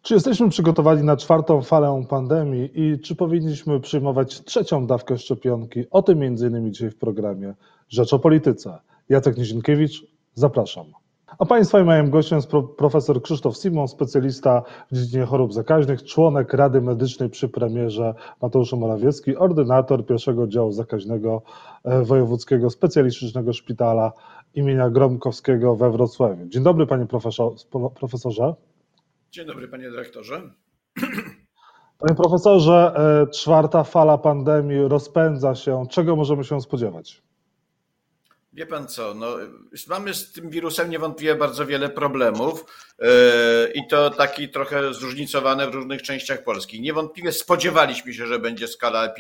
Czy jesteśmy przygotowani na czwartą falę pandemii i czy powinniśmy przyjmować trzecią dawkę szczepionki? O tym między innymi dzisiaj w programie Rzecz o Polityce. Jacek Nizinkiewicz, zapraszam. A Państwa i moim gościem jest profesor Krzysztof Simon, specjalista w dziedzinie chorób zakaźnych, członek Rady Medycznej przy premierze Mateuszu Morawieckim, ordynator pierwszego działu zakaźnego Wojewódzkiego Specjalistycznego Szpitala imienia Gromkowskiego we Wrocławiu. Dzień dobry, panie profesorze. Dzień dobry, panie dyrektorze. Panie profesorze, czwarta fala pandemii rozpędza się. Czego możemy się spodziewać? Wie pan co, mamy z tym wirusem niewątpliwie bardzo wiele problemów i to taki trochę zróżnicowane w różnych częściach Polski. Niewątpliwie spodziewaliśmy się, że będzie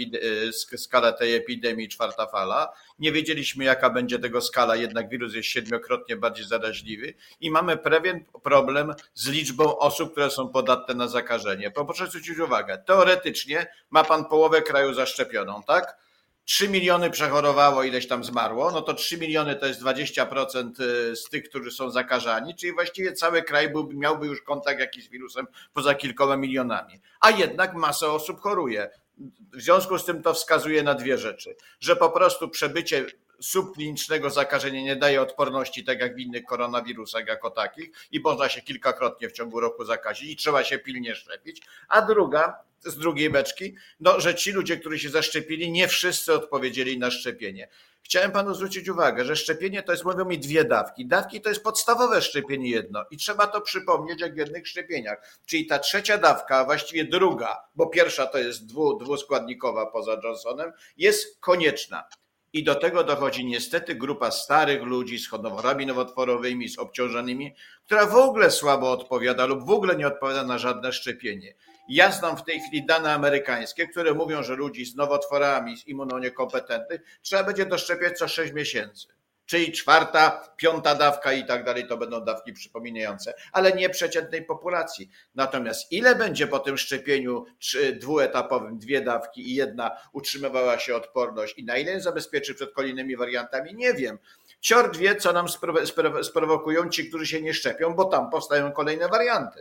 skala tej epidemii czwarta fala. Nie wiedzieliśmy, jaka będzie tego skala, jednak wirus jest 7-krotnie bardziej zaraźliwy i mamy pewien problem z liczbą osób, które są podatne na zakażenie. Proszę zwrócić uwagę, teoretycznie ma pan połowę kraju zaszczepioną, tak? 3 miliony przechorowało, ileś tam zmarło, no to 3 miliony to jest 20% z tych, którzy są zakażani, czyli właściwie cały kraj miałby już kontakt jakiś z wirusem poza kilkoma milionami. A jednak masa osób choruje. W związku z tym to wskazuje na dwie rzeczy, że po prostu przebycie subklinicznego zakażenia nie daje odporności, tak jak w innych koronawirusach jako takich i można się kilkakrotnie w ciągu roku zakazić i trzeba się pilnie szczepić. A z drugiej beczki, że ci ludzie, którzy się zaszczepili, nie wszyscy odpowiedzieli na szczepienie. Chciałem panu zwrócić uwagę, że szczepienie to jest, mówią mi, dwie dawki. Dawki to jest podstawowe szczepienie jedno i trzeba to przypomnieć jak w jednych szczepieniach. Czyli ta trzecia dawka, a właściwie druga, bo pierwsza to jest dwuskładnikowa poza Johnsonem, jest konieczna. I do tego dochodzi niestety grupa starych ludzi z chorobami nowotworowymi, z obciążonymi, która w ogóle słabo odpowiada lub w ogóle nie odpowiada na żadne szczepienie. Ja znam w tej chwili dane amerykańskie, które mówią, że ludzi z nowotworami, z immunoniekompetentnych trzeba będzie doszczepiać co 6 miesięcy. Czyli czwarta, piąta dawka i tak dalej, to będą dawki przypominające, ale nie przeciętnej populacji. Natomiast ile będzie po tym szczepieniu dwuetapowym, dwie dawki i jedna utrzymywała się odporność i na ile zabezpieczy przed kolejnymi wariantami, nie wiem. Ciort wie, co nam sprowokują ci, którzy się nie szczepią, bo tam powstają kolejne warianty.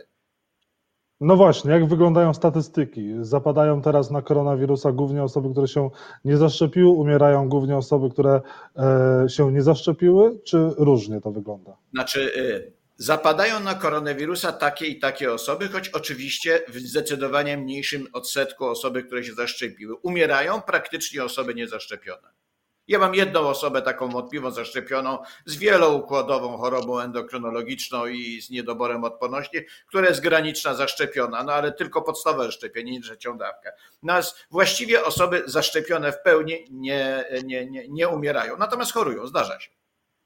No właśnie, jak wyglądają statystyki? Zapadają teraz na koronawirusa głównie osoby, które się nie zaszczepiły, umierają głównie osoby, które się nie zaszczepiły, czy różnie to wygląda? Zapadają na koronawirusa takie i takie osoby, choć oczywiście w zdecydowanie mniejszym odsetku osoby, które się zaszczepiły. Umierają praktycznie osoby niezaszczepione. Ja mam jedną osobę taką wątpliwą zaszczepioną z wieloukładową chorobą endokrynologiczną i z niedoborem odporności, która jest graniczna zaszczepiona, ale tylko podstawowe szczepienie, nie trzecią dawkę. Właściwie osoby zaszczepione w pełni nie umierają, natomiast chorują, zdarza się.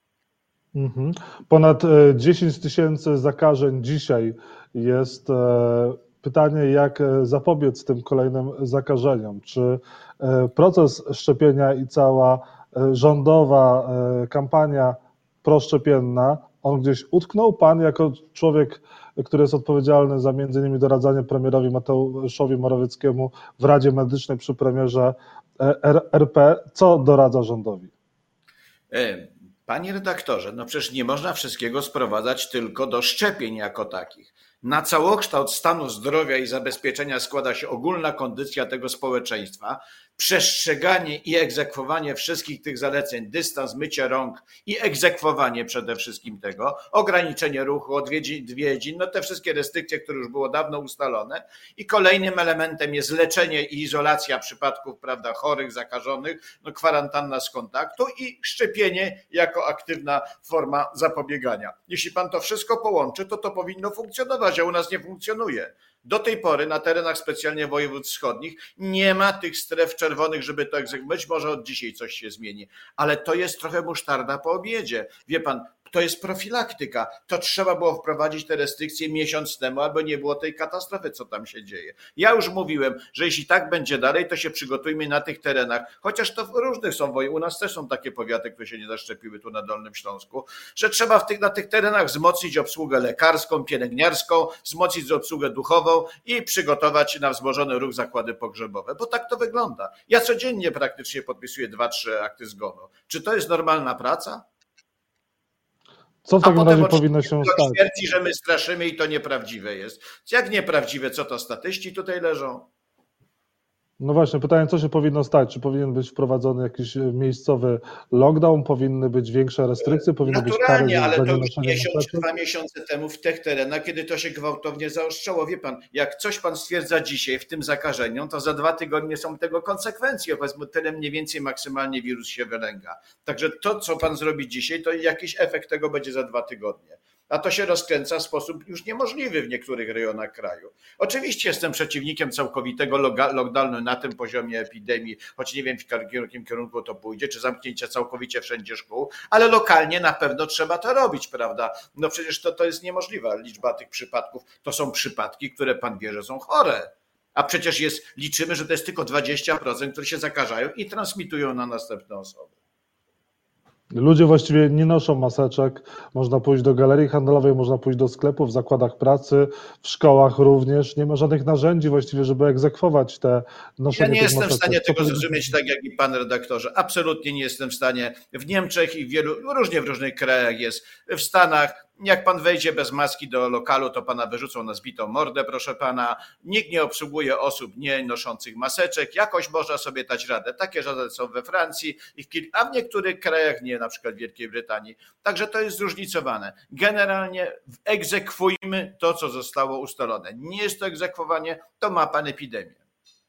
Ponad 10 000 zakażeń dzisiaj jest. Pytanie, jak zapobiec tym kolejnym zakażeniom? Czy proces szczepienia i cała rządowa kampania proszczepienna, on gdzieś utknął? Pan jako człowiek, który jest odpowiedzialny za między innymi doradzanie premierowi Mateuszowi Morawieckiemu w Radzie Medycznej przy premierze RP, co doradza rządowi? Panie redaktorze, przecież nie można wszystkiego sprowadzać tylko do szczepień jako takich. Na całokształt stanu zdrowia i zabezpieczenia składa się ogólna kondycja tego społeczeństwa, przestrzeganie i egzekwowanie wszystkich tych zaleceń, dystans, mycie rąk i egzekwowanie przede wszystkim tego, ograniczenie ruchu, odwiedzin, te wszystkie restrykcje, które już było dawno ustalone. I kolejnym elementem jest leczenie i izolacja przypadków, chorych, zakażonych, kwarantanna z kontaktu i szczepienie jako aktywna forma zapobiegania. Jeśli pan to wszystko połączy, to powinno funkcjonować, a u nas nie funkcjonuje. Do tej pory na terenach specjalnie województw wschodnich nie ma tych stref czerwonych, żeby to egzekwować. Może od dzisiaj coś się zmieni, ale to jest trochę musztarda po obiedzie. Wie pan, to jest profilaktyka. To trzeba było wprowadzić te restrykcje miesiąc temu, albo nie było tej katastrofy, co tam się dzieje. Ja już mówiłem, że jeśli tak będzie dalej, to się przygotujmy na tych terenach, chociaż to różnych są, u nas też są takie powiaty, które się nie zaszczepiły tu na Dolnym Śląsku, że trzeba na tych terenach wzmocnić obsługę lekarską, pielęgniarską, wzmocnić obsługę duchową i przygotować na wzmożony ruch zakłady pogrzebowe, bo tak to wygląda. Ja codziennie praktycznie podpisuję 2-3 akty zgonu. Czy to jest normalna praca? Co w A takim potem razie oczywiście powinno się ktoś stać? twierdzi, że my straszymy i to nieprawdziwe jest. Jak nieprawdziwe, co to statyści tutaj leżą? No właśnie, pytanie, co się powinno stać? Czy powinien być wprowadzony jakiś miejscowy lockdown, powinny być większe restrykcje, powinny być kary Naturalnie, ale za to już nienoszenie miesiąc czy maseczek? 2 miesiące temu w tych terenach, kiedy to się gwałtownie zaostrzało. Wie pan, jak coś pan stwierdza dzisiaj w tym zakażeniu, to za 2 tygodnie są tego konsekwencje. Powiedzmy, tyle mniej więcej maksymalnie wirus się wylęga. Także to, co pan zrobi dzisiaj, to jakiś efekt tego będzie za 2 tygodnie. A to się rozkręca w sposób już niemożliwy w niektórych rejonach kraju. Oczywiście jestem przeciwnikiem całkowitego lockdownu na tym poziomie epidemii, choć nie wiem, w jakim kierunku to pójdzie, czy zamknięcia całkowicie wszędzie szkół, ale lokalnie na pewno trzeba to robić, prawda? No przecież to jest niemożliwa liczba tych przypadków. To są przypadki, które pan wie, że są chore. A przecież liczymy, że to jest tylko 20%, które się zakażają i transmitują na następne osoby. Ludzie właściwie nie noszą maseczek, można pójść do galerii handlowej, można pójść do sklepów, w zakładach pracy, w szkołach również. Nie ma żadnych narzędzi właściwie, żeby egzekwować te noszenie Ja nie tych jestem w maseczek. stanie Co tego powinno- zrozumieć tak jak i pan redaktorze. Absolutnie nie jestem w stanie. W Niemczech i różnie w różnych krajach jest. W Stanach, jak pan wejdzie bez maski do lokalu, to pana wyrzucą na zbitą mordę, proszę pana. Nikt nie obsługuje osób nie noszących maseczek. Jakoś można sobie dać radę. Takie zasady są we Francji, a w niektórych krajach nie, na przykład w Wielkiej Brytanii. Także to jest zróżnicowane. Generalnie egzekwujmy to, co zostało ustalone. Nie jest to egzekwowanie, to ma pan epidemię.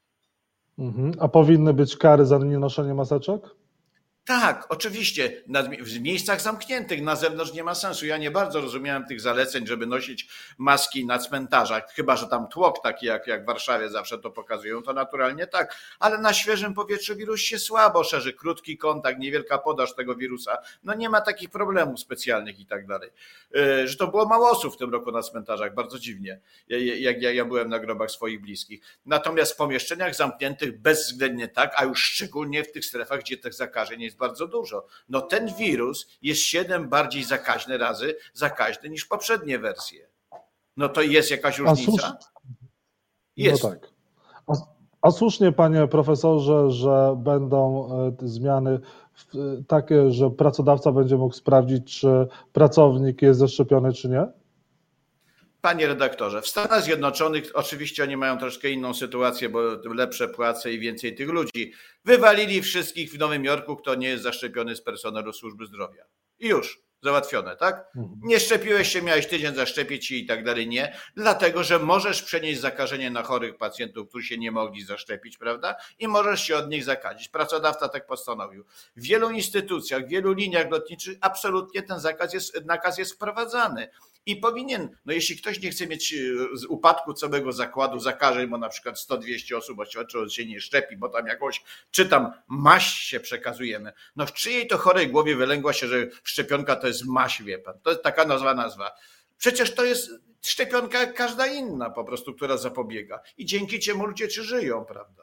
A powinny być kary za nienoszenie maseczek? Tak, oczywiście, w miejscach zamkniętych, na zewnątrz nie ma sensu. Ja nie bardzo rozumiałem tych zaleceń, żeby nosić maski na cmentarzach, chyba że tam tłok taki jak w Warszawie zawsze to pokazują, to naturalnie tak, ale na świeżym powietrzu wirus się słabo szerzy, krótki kontakt, niewielka podaż tego wirusa, no nie ma takich problemów specjalnych i tak dalej. Że to było mało osób w tym roku na cmentarzach, bardzo dziwnie, jak ja byłem na grobach swoich bliskich. Natomiast w pomieszczeniach zamkniętych bezwzględnie tak, a już szczególnie w tych strefach, gdzie tych zakażeń jest bardzo dużo. No ten wirus jest 7 bardziej razy zakaźny niż poprzednie wersje. No to jest jakaś różnica? Jest. No tak. A słusznie, panie profesorze, że będą zmiany takie, że pracodawca będzie mógł sprawdzić, czy pracownik jest zaszczepiony, czy nie? Panie redaktorze, w Stanach Zjednoczonych oczywiście oni mają troszkę inną sytuację, bo lepsze płace i więcej tych ludzi. Wywalili wszystkich w Nowym Jorku, kto nie jest zaszczepiony z personelu służby zdrowia. I już, załatwione, tak? Nie szczepiłeś się, miałeś tydzień zaszczepić się i tak dalej, nie. Dlatego, że możesz przenieść zakażenie na chorych pacjentów, którzy się nie mogli zaszczepić, prawda? I możesz się od nich zakazić. Pracodawca tak postanowił. W wielu instytucjach, w wielu liniach lotniczych absolutnie ten nakaz jest wprowadzany. I powinien, no jeśli ktoś nie chce mieć z upadku całego zakładu zakażeń, bo na przykład 100-200 osób oświadczyło, że się nie szczepi, bo tam jakąś, czy tam maść się przekazujemy. No w czyjej to chorej głowie wylęgła się, że szczepionka to jest maść, wie pan. To jest taka nazwa. Przecież to jest szczepionka jak każda inna po prostu, która zapobiega. I dzięki czemu ludzie żyją, prawda?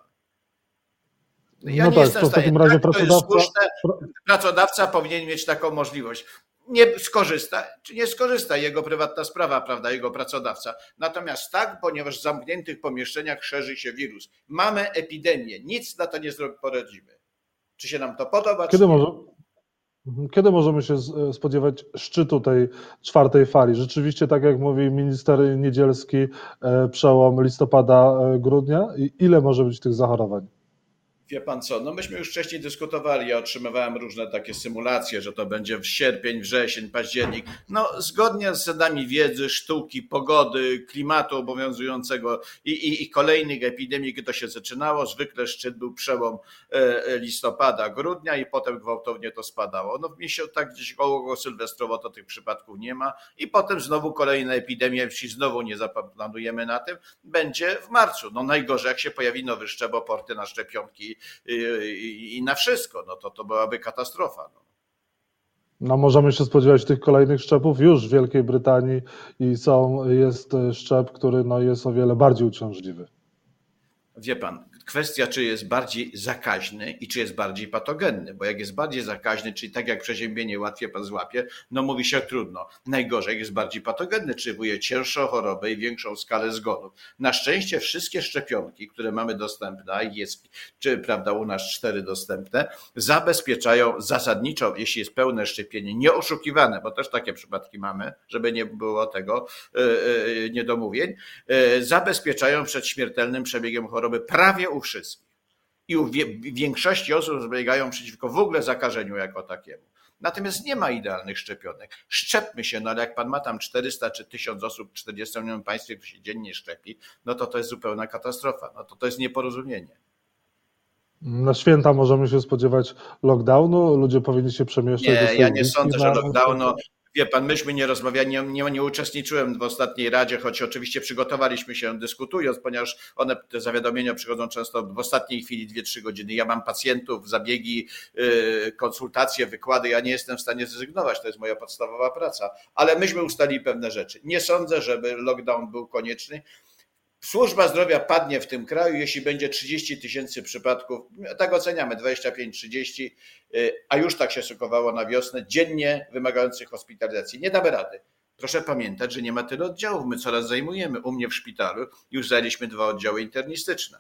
Ja nie jestem w stanie. Takim razie to jest słuszne. Pracodawca powinien mieć taką możliwość. Nie skorzysta, czy nie skorzysta, jego prywatna sprawa, prawda, jego pracodawca. Natomiast tak, ponieważ w zamkniętych pomieszczeniach szerzy się wirus. Mamy epidemię, nic na to nie poradzimy. Czy się nam to podoba, czy nie? Kiedy możemy się spodziewać szczytu tej 4. fali? Rzeczywiście, tak jak mówi minister Niedzielski, przełom listopada, grudnia? I ile może być tych zachorowań? Wie pan co, no myśmy już wcześniej dyskutowali, ja otrzymywałem różne takie symulacje, że to będzie w sierpień, wrzesień, październik. No zgodnie z zasadami wiedzy, sztuki, pogody, klimatu obowiązującego i kolejnych epidemii, kiedy to się zaczynało, zwykle szczyt był przełom listopada, grudnia i potem gwałtownie to spadało. No w miesiącu tak gdzieś koło sylwestrowo to tych przypadków nie ma i potem znowu kolejna epidemia, jeśli znowu nie zaplanujemy na tym, będzie w marcu. No najgorzej jak się pojawi nowy szczep, oporty na szczepionki i na wszystko, no to byłaby katastrofa. No możemy się spodziewać tych kolejnych szczepów już w Wielkiej Brytanii jest szczep, który jest o wiele bardziej uciążliwy. Wie pan, kwestia, czy jest bardziej zakaźny i czy jest bardziej patogenny, bo jak jest bardziej zakaźny, czyli tak jak przeziębienie łatwiej pan złapie, no mówi się trudno. Najgorzej jest bardziej patogenny, czyli wywołuje cięższą chorobę i większą skalę zgonów. Na szczęście wszystkie szczepionki, które mamy dostępne, a jest, czy prawda, u nas 4 dostępne, zabezpieczają zasadniczo, jeśli jest pełne szczepienie, nieoszukiwane, bo też takie przypadki mamy, żeby nie było tego niedomówień, zabezpieczają przed śmiertelnym przebiegiem choroby prawie u wszystkich. I u większości osób zabiegają przeciwko w ogóle zakażeniu jako takiemu. Natomiast nie ma idealnych szczepionek. Szczepmy się, no ale jak pan ma tam 400 czy 1000 osób w 40 państwie, które się dziennie szczepi, no to jest zupełna katastrofa. No to jest nieporozumienie. Na święta możemy się spodziewać lockdownu? Ludzie powinni się przemieszczać do swoich Nie, ja nie bliskich sądzę, że lockdownu. Wie pan, myśmy nie rozmawiali, nie uczestniczyłem w ostatniej radzie, choć oczywiście przygotowaliśmy się dyskutując, ponieważ te zawiadomienia przychodzą często w ostatniej chwili 2-3 godziny. Ja mam pacjentów, zabiegi, konsultacje, wykłady, ja nie jestem w stanie zrezygnować, to jest moja podstawowa praca, ale myśmy ustalili pewne rzeczy. Nie sądzę, żeby lockdown był konieczny. Służba zdrowia padnie w tym kraju, jeśli będzie 30 000 przypadków, tak oceniamy, 25-30, a już tak się szykowało na wiosnę, dziennie wymagających hospitalizacji. Nie damy rady. Proszę pamiętać, że nie ma tyle oddziałów. My coraz zajmujemy. U mnie w szpitalu już zajęliśmy 2 oddziały internistyczne.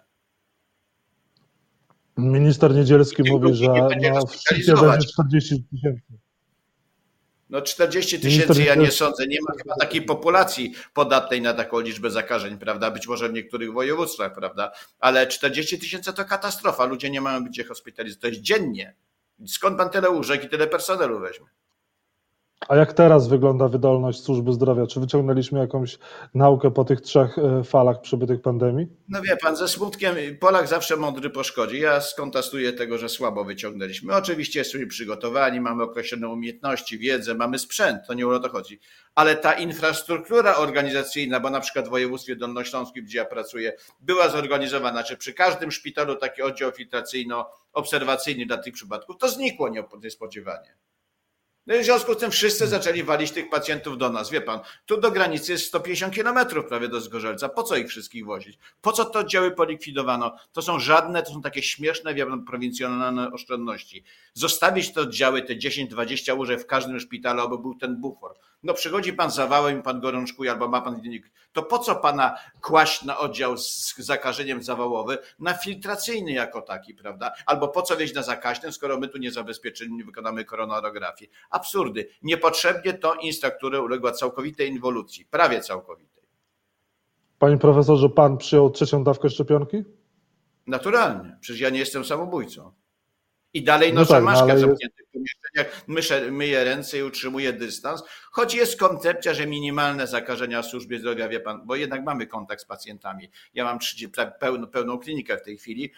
Minister Niedzielski mówi, że w szczycie będzie 40 000. No 40 000 ja nie sądzę, nie ma chyba takiej populacji podatnej na taką liczbę zakażeń, prawda, być może w niektórych województwach, prawda, ale 40 000 to katastrofa, ludzie nie mają gdzie hospitalizować, to jest dziennie. Skąd pan tyle łóżek i tyle personelu weźmie? A jak teraz wygląda wydolność służby zdrowia? Czy wyciągnęliśmy jakąś naukę po tych 3 falach przebytych pandemii? No wie pan, ze smutkiem, Polak zawsze mądry po szkodzie. Ja skontestuję tego, że słabo wyciągnęliśmy. Oczywiście jesteśmy przygotowani, mamy określone umiejętności, wiedzę, mamy sprzęt, to nie o to chodzi. Ale ta infrastruktura organizacyjna, bo na przykład w województwie dolnośląskim, gdzie ja pracuję, była zorganizowana, czy przy każdym szpitalu taki oddział filtracyjno-obserwacyjny dla tych przypadków, to znikło niespodziewanie. No i w związku z tym wszyscy zaczęli walić tych pacjentów do nas. Wie pan, tu do granicy jest 150 kilometrów prawie do Zgorzelca. Po co ich wszystkich wozić? Po co te oddziały polikwidowano? To są takie śmieszne, wie pan, prowincjonalne oszczędności. Zostawić te oddziały, te 10-20 łóżek w każdym szpitalu, aby był ten bufor. No przychodzi pan zawałem i pan gorączkuje, albo ma pan dziennik. To po co pana kłaść na oddział z zakażeniem zawałowym, na filtracyjny jako taki, prawda? Albo po co wejść na zakaźny, skoro my tu nie zabezpieczymy, nie wykonamy koronarografii. Absurdy. Niepotrzebnie to infrastruktura uległa całkowitej inwolucji, prawie całkowitej. Panie profesorze, pan przyjął 3. dawkę szczepionki? Naturalnie. Przecież ja nie jestem samobójcą. I dalej noszę maskę w zamkniętych pomieszczeniach, myję ręce i utrzymuję dystans, choć jest koncepcja, że minimalne zakażenia w służbie zdrowia, wie pan, bo jednak mamy kontakt z pacjentami. Ja mam pełną klinikę w tej chwili,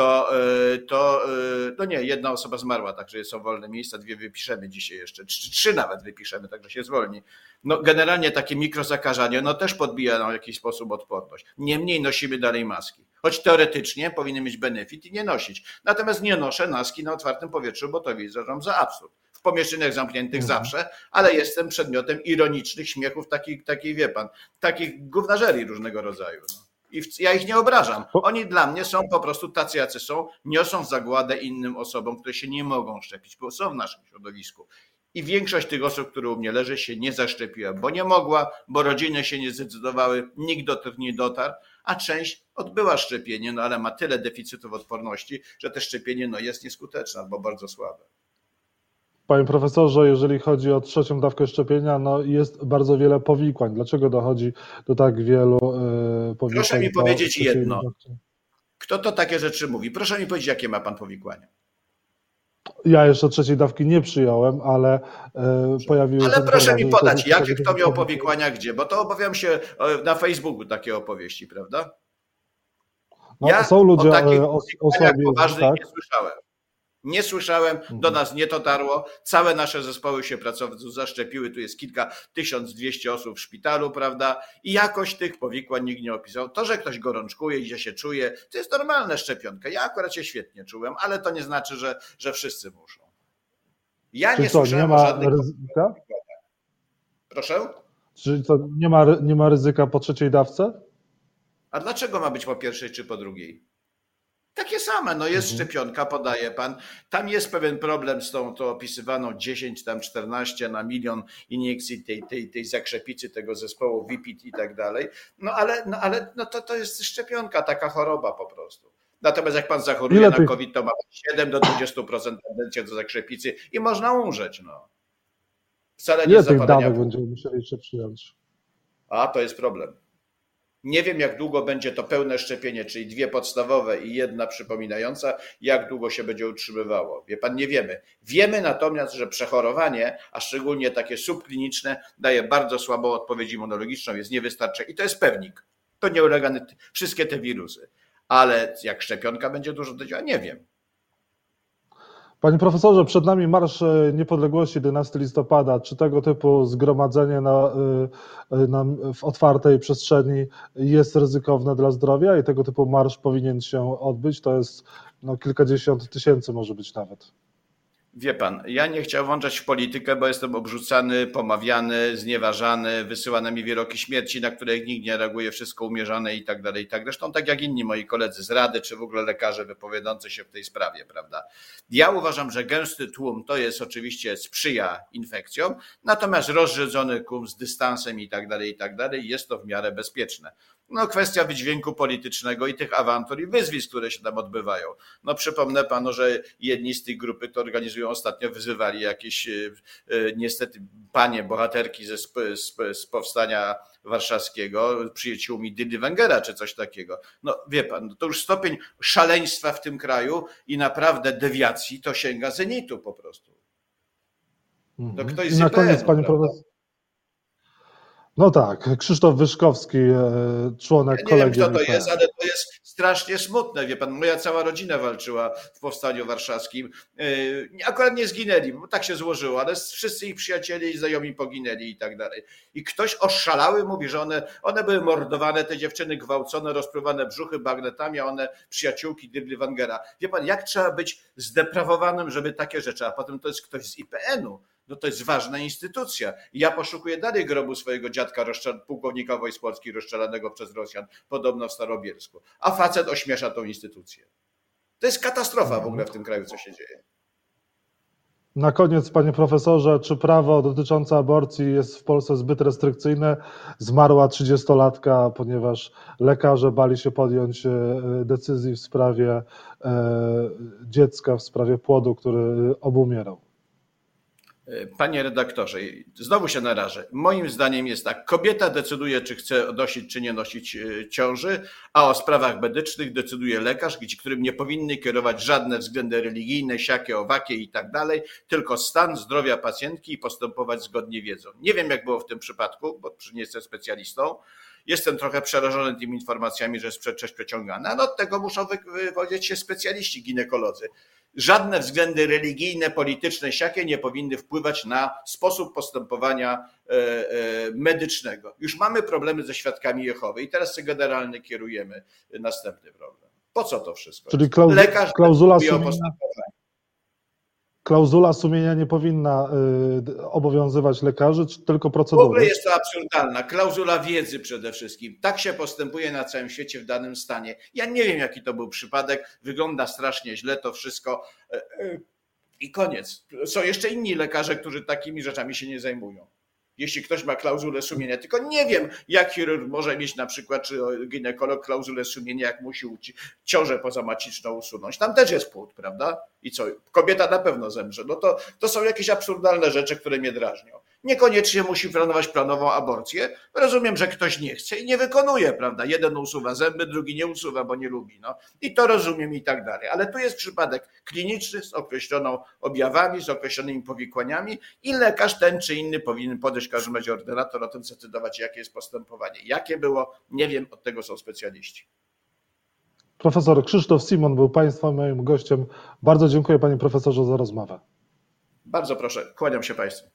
to nie, 1 osoba zmarła, także są wolne miejsca, 2 wypiszemy dzisiaj jeszcze, 3 nawet wypiszemy, także się zwolni. No generalnie takie mikrozakażanie, no też podbija w jakiś sposób odporność. Niemniej nosimy dalej maski. Choć teoretycznie powinny mieć benefit i nie nosić. Natomiast nie noszę maski na otwartym powietrzu, bo to uważam za absurd. W pomieszczeniach zamkniętych zawsze, ale jestem przedmiotem ironicznych śmiechów, takich wie pan, takich gównażerii różnego rodzaju. No. I ja ich nie obrażam. Oni dla mnie są po prostu tacy, jacy są, niosą zagładę innym osobom, które się nie mogą szczepić, bo są w naszym środowisku. I większość tych osób, które u mnie leży, się nie zaszczepiła, bo nie mogła, bo rodziny się nie zdecydowały, nikt do tych nie dotarł, a część odbyła szczepienie, no ale ma tyle deficytów odporności, że te szczepienie jest nieskuteczne albo bardzo słabe. Panie profesorze, jeżeli chodzi o 3. dawkę szczepienia, jest bardzo wiele powikłań. Dlaczego dochodzi do tak wielu powikłań? Proszę mi powiedzieć jedno. Kto to takie rzeczy mówi? Proszę mi powiedzieć, jakie ma pan powikłania. Ja jeszcze 3. dawki nie przyjąłem, ale pojawiły się... Ale proszę mi podać, jakie kto miał powikłania gdzie, bo to obawiam się na Facebooku takie opowieści, prawda? Ja są ludzie o takich osłabieni, poważnych tak? nie słyszałem. Nie słyszałem, do nas nie dotarło. Całe nasze zespoły się zaszczepiły. Tu jest 1200 osób w szpitalu, prawda? I jakoś tych powikłań nikt nie opisał. To, że ktoś gorączkuje i się czuje, to jest normalna szczepionka. Ja akurat się świetnie czułem, ale to nie znaczy, że wszyscy muszą. Ja nie słyszałem o żadnych ryzyka? Proszę? Czyli to nie ma ryzyka po 3. dawce? A dlaczego ma być po 1. czy po 2? Takie same, no jest szczepionka, podaje pan. Tam jest pewien problem z tą opisywaną 10, tam 14 na milion iniekcji tej zakrzepicy, tego zespołu VPT i tak dalej. Ale to jest szczepionka, taka choroba po prostu. Natomiast jak pan zachoruje na COVID, to ma 7 do 20% tendencję do zakrzepicy i można umrzeć. No. Wcale nie Ile z tych zapalenia dawek płuc. będziemy musieli jeszcze przyjąć? A to jest problem. Nie wiem, jak długo będzie to pełne szczepienie, czyli 2 podstawowe i 1 przypominająca, jak długo się będzie utrzymywało. Wie pan, nie wiemy. Wiemy natomiast, że przechorowanie, a szczególnie takie subkliniczne, daje bardzo słabą odpowiedź immunologiczną, jest niewystarczające i to jest pewnik. To nie ulega wszystkie te wirusy. Ale jak szczepionka będzie dużo do działania, nie wiem. Panie profesorze, przed nami Marsz Niepodległości 11 listopada. Czy tego typu zgromadzenie w otwartej przestrzeni jest ryzykowne dla zdrowia i tego typu marsz powinien się odbyć? To jest kilkadziesiąt tysięcy może być nawet. Wie pan, ja nie chciałem włączać w politykę, bo jestem obrzucany, pomawiany, znieważany, wysyłane mi wyroki śmierci, na które nikt nie reaguje, wszystko umierzane i tak dalej. Zresztą tak jak inni moi koledzy z Rady, czy w ogóle lekarze wypowiadający się w tej sprawie, prawda? Ja uważam, że gęsty tłum to jest oczywiście sprzyja infekcjom, natomiast rozrzedzony tłum z dystansem i tak dalej, jest to w miarę bezpieczne. No kwestia wydźwięku politycznego i tych awantur i wyzwisk, które się tam odbywają. No przypomnę panu, że jedni z tych grupy to organizują ostatnio, wyzywali jakieś niestety panie bohaterki z powstania warszawskiego, przyjaciółmi Dydy Węgera czy coś takiego. No wie pan, to już stopień szaleństwa w tym kraju i naprawdę dewiacji to sięga zenitu po prostu. No ktoś z I na IPN-u, koniec, panie profesor. No tak, Krzysztof Wyszkowski, członek Ja nie wiem, kolegium kto to IPN. jest, ale to jest strasznie smutne. Wie pan, moja cała rodzina walczyła w powstaniu warszawskim. Akurat nie zginęli, bo tak się złożyło, ale wszyscy ich przyjaciele i znajomi poginęli i tak dalej. I ktoś oszalały mówi, że one były mordowane, te dziewczyny gwałcone, rozpływane brzuchy bagnetami, a one przyjaciółki Dydy Węgera. Wie pan, jak trzeba być zdeprawowanym, żeby takie rzeczy, a potem to jest ktoś z IPN-u. No to jest ważna instytucja. Ja poszukuję dalej grobu swojego dziadka, pułkownika wojsk polskich rozstrzelanego przez Rosjan, podobno w Starobielsku. A facet ośmiesza tą instytucję. To jest katastrofa w ogóle w tym kraju, co się dzieje. Na koniec, panie profesorze, czy prawo dotyczące aborcji jest w Polsce zbyt restrykcyjne? Zmarła 30-latka, ponieważ lekarze bali się podjąć decyzji w sprawie dziecka, w sprawie płodu, który obumierał. Panie redaktorze, znowu się narażę. Moim zdaniem jest tak, kobieta decyduje, czy chce nosić, czy nie nosić ciąży, a o sprawach medycznych decyduje lekarz, którym nie powinny kierować żadne względy religijne, siakie, owakie i tak dalej, tylko stan zdrowia pacjentki i postępować zgodnie wiedzą. Nie wiem, jak było w tym przypadku, bo nie jestem specjalistą. Jestem trochę przerażony tymi informacjami, że jest sprzeczność przeciągana, ale od tego muszą wypowiedzieć się specjaliści ginekolodzy. Żadne względy religijne, polityczne, siakie nie powinny wpływać na sposób postępowania medycznego. Już mamy problemy ze świadkami Jehowy i teraz sobie generalnie kierujemy następny problem. Po co to wszystko? Czyli Lekarz klauzula sumienia nie powinna obowiązywać lekarzy, czy tylko procedury? W ogóle jest to absurdalna. Klauzula wiedzy przede wszystkim. Tak się postępuje na całym świecie w danym stanie. Ja nie wiem, jaki to był przypadek. Wygląda strasznie źle to wszystko. I koniec. Są jeszcze inni lekarze, którzy takimi rzeczami się nie zajmują. Jeśli ktoś ma klauzulę sumienia, tylko nie wiem, jak chirurg może mieć na przykład, czy ginekolog klauzulę sumienia, jak musi ciążę pozamaciczną usunąć. Tam też jest płód, prawda? I co? Kobieta na pewno zemrze. No to są jakieś absurdalne rzeczy, które mnie drażnią. Niekoniecznie musi planować planową aborcję. Rozumiem, że ktoś nie chce i nie wykonuje, prawda? Jeden usuwa zęby, drugi nie usuwa, bo nie lubi. No. I to rozumiem i tak dalej. Ale tu jest przypadek kliniczny z określoną objawami, z określonymi powikłaniami i lekarz ten czy inny powinien podejść, w każdym razie ordynator, o tym zdecydować, jakie jest postępowanie. Jakie było, nie wiem, od tego są specjaliści. Profesor Krzysztof Simon był państwa moim gościem. Bardzo dziękuję, panie profesorze, za rozmowę. Bardzo proszę, kłaniam się państwu.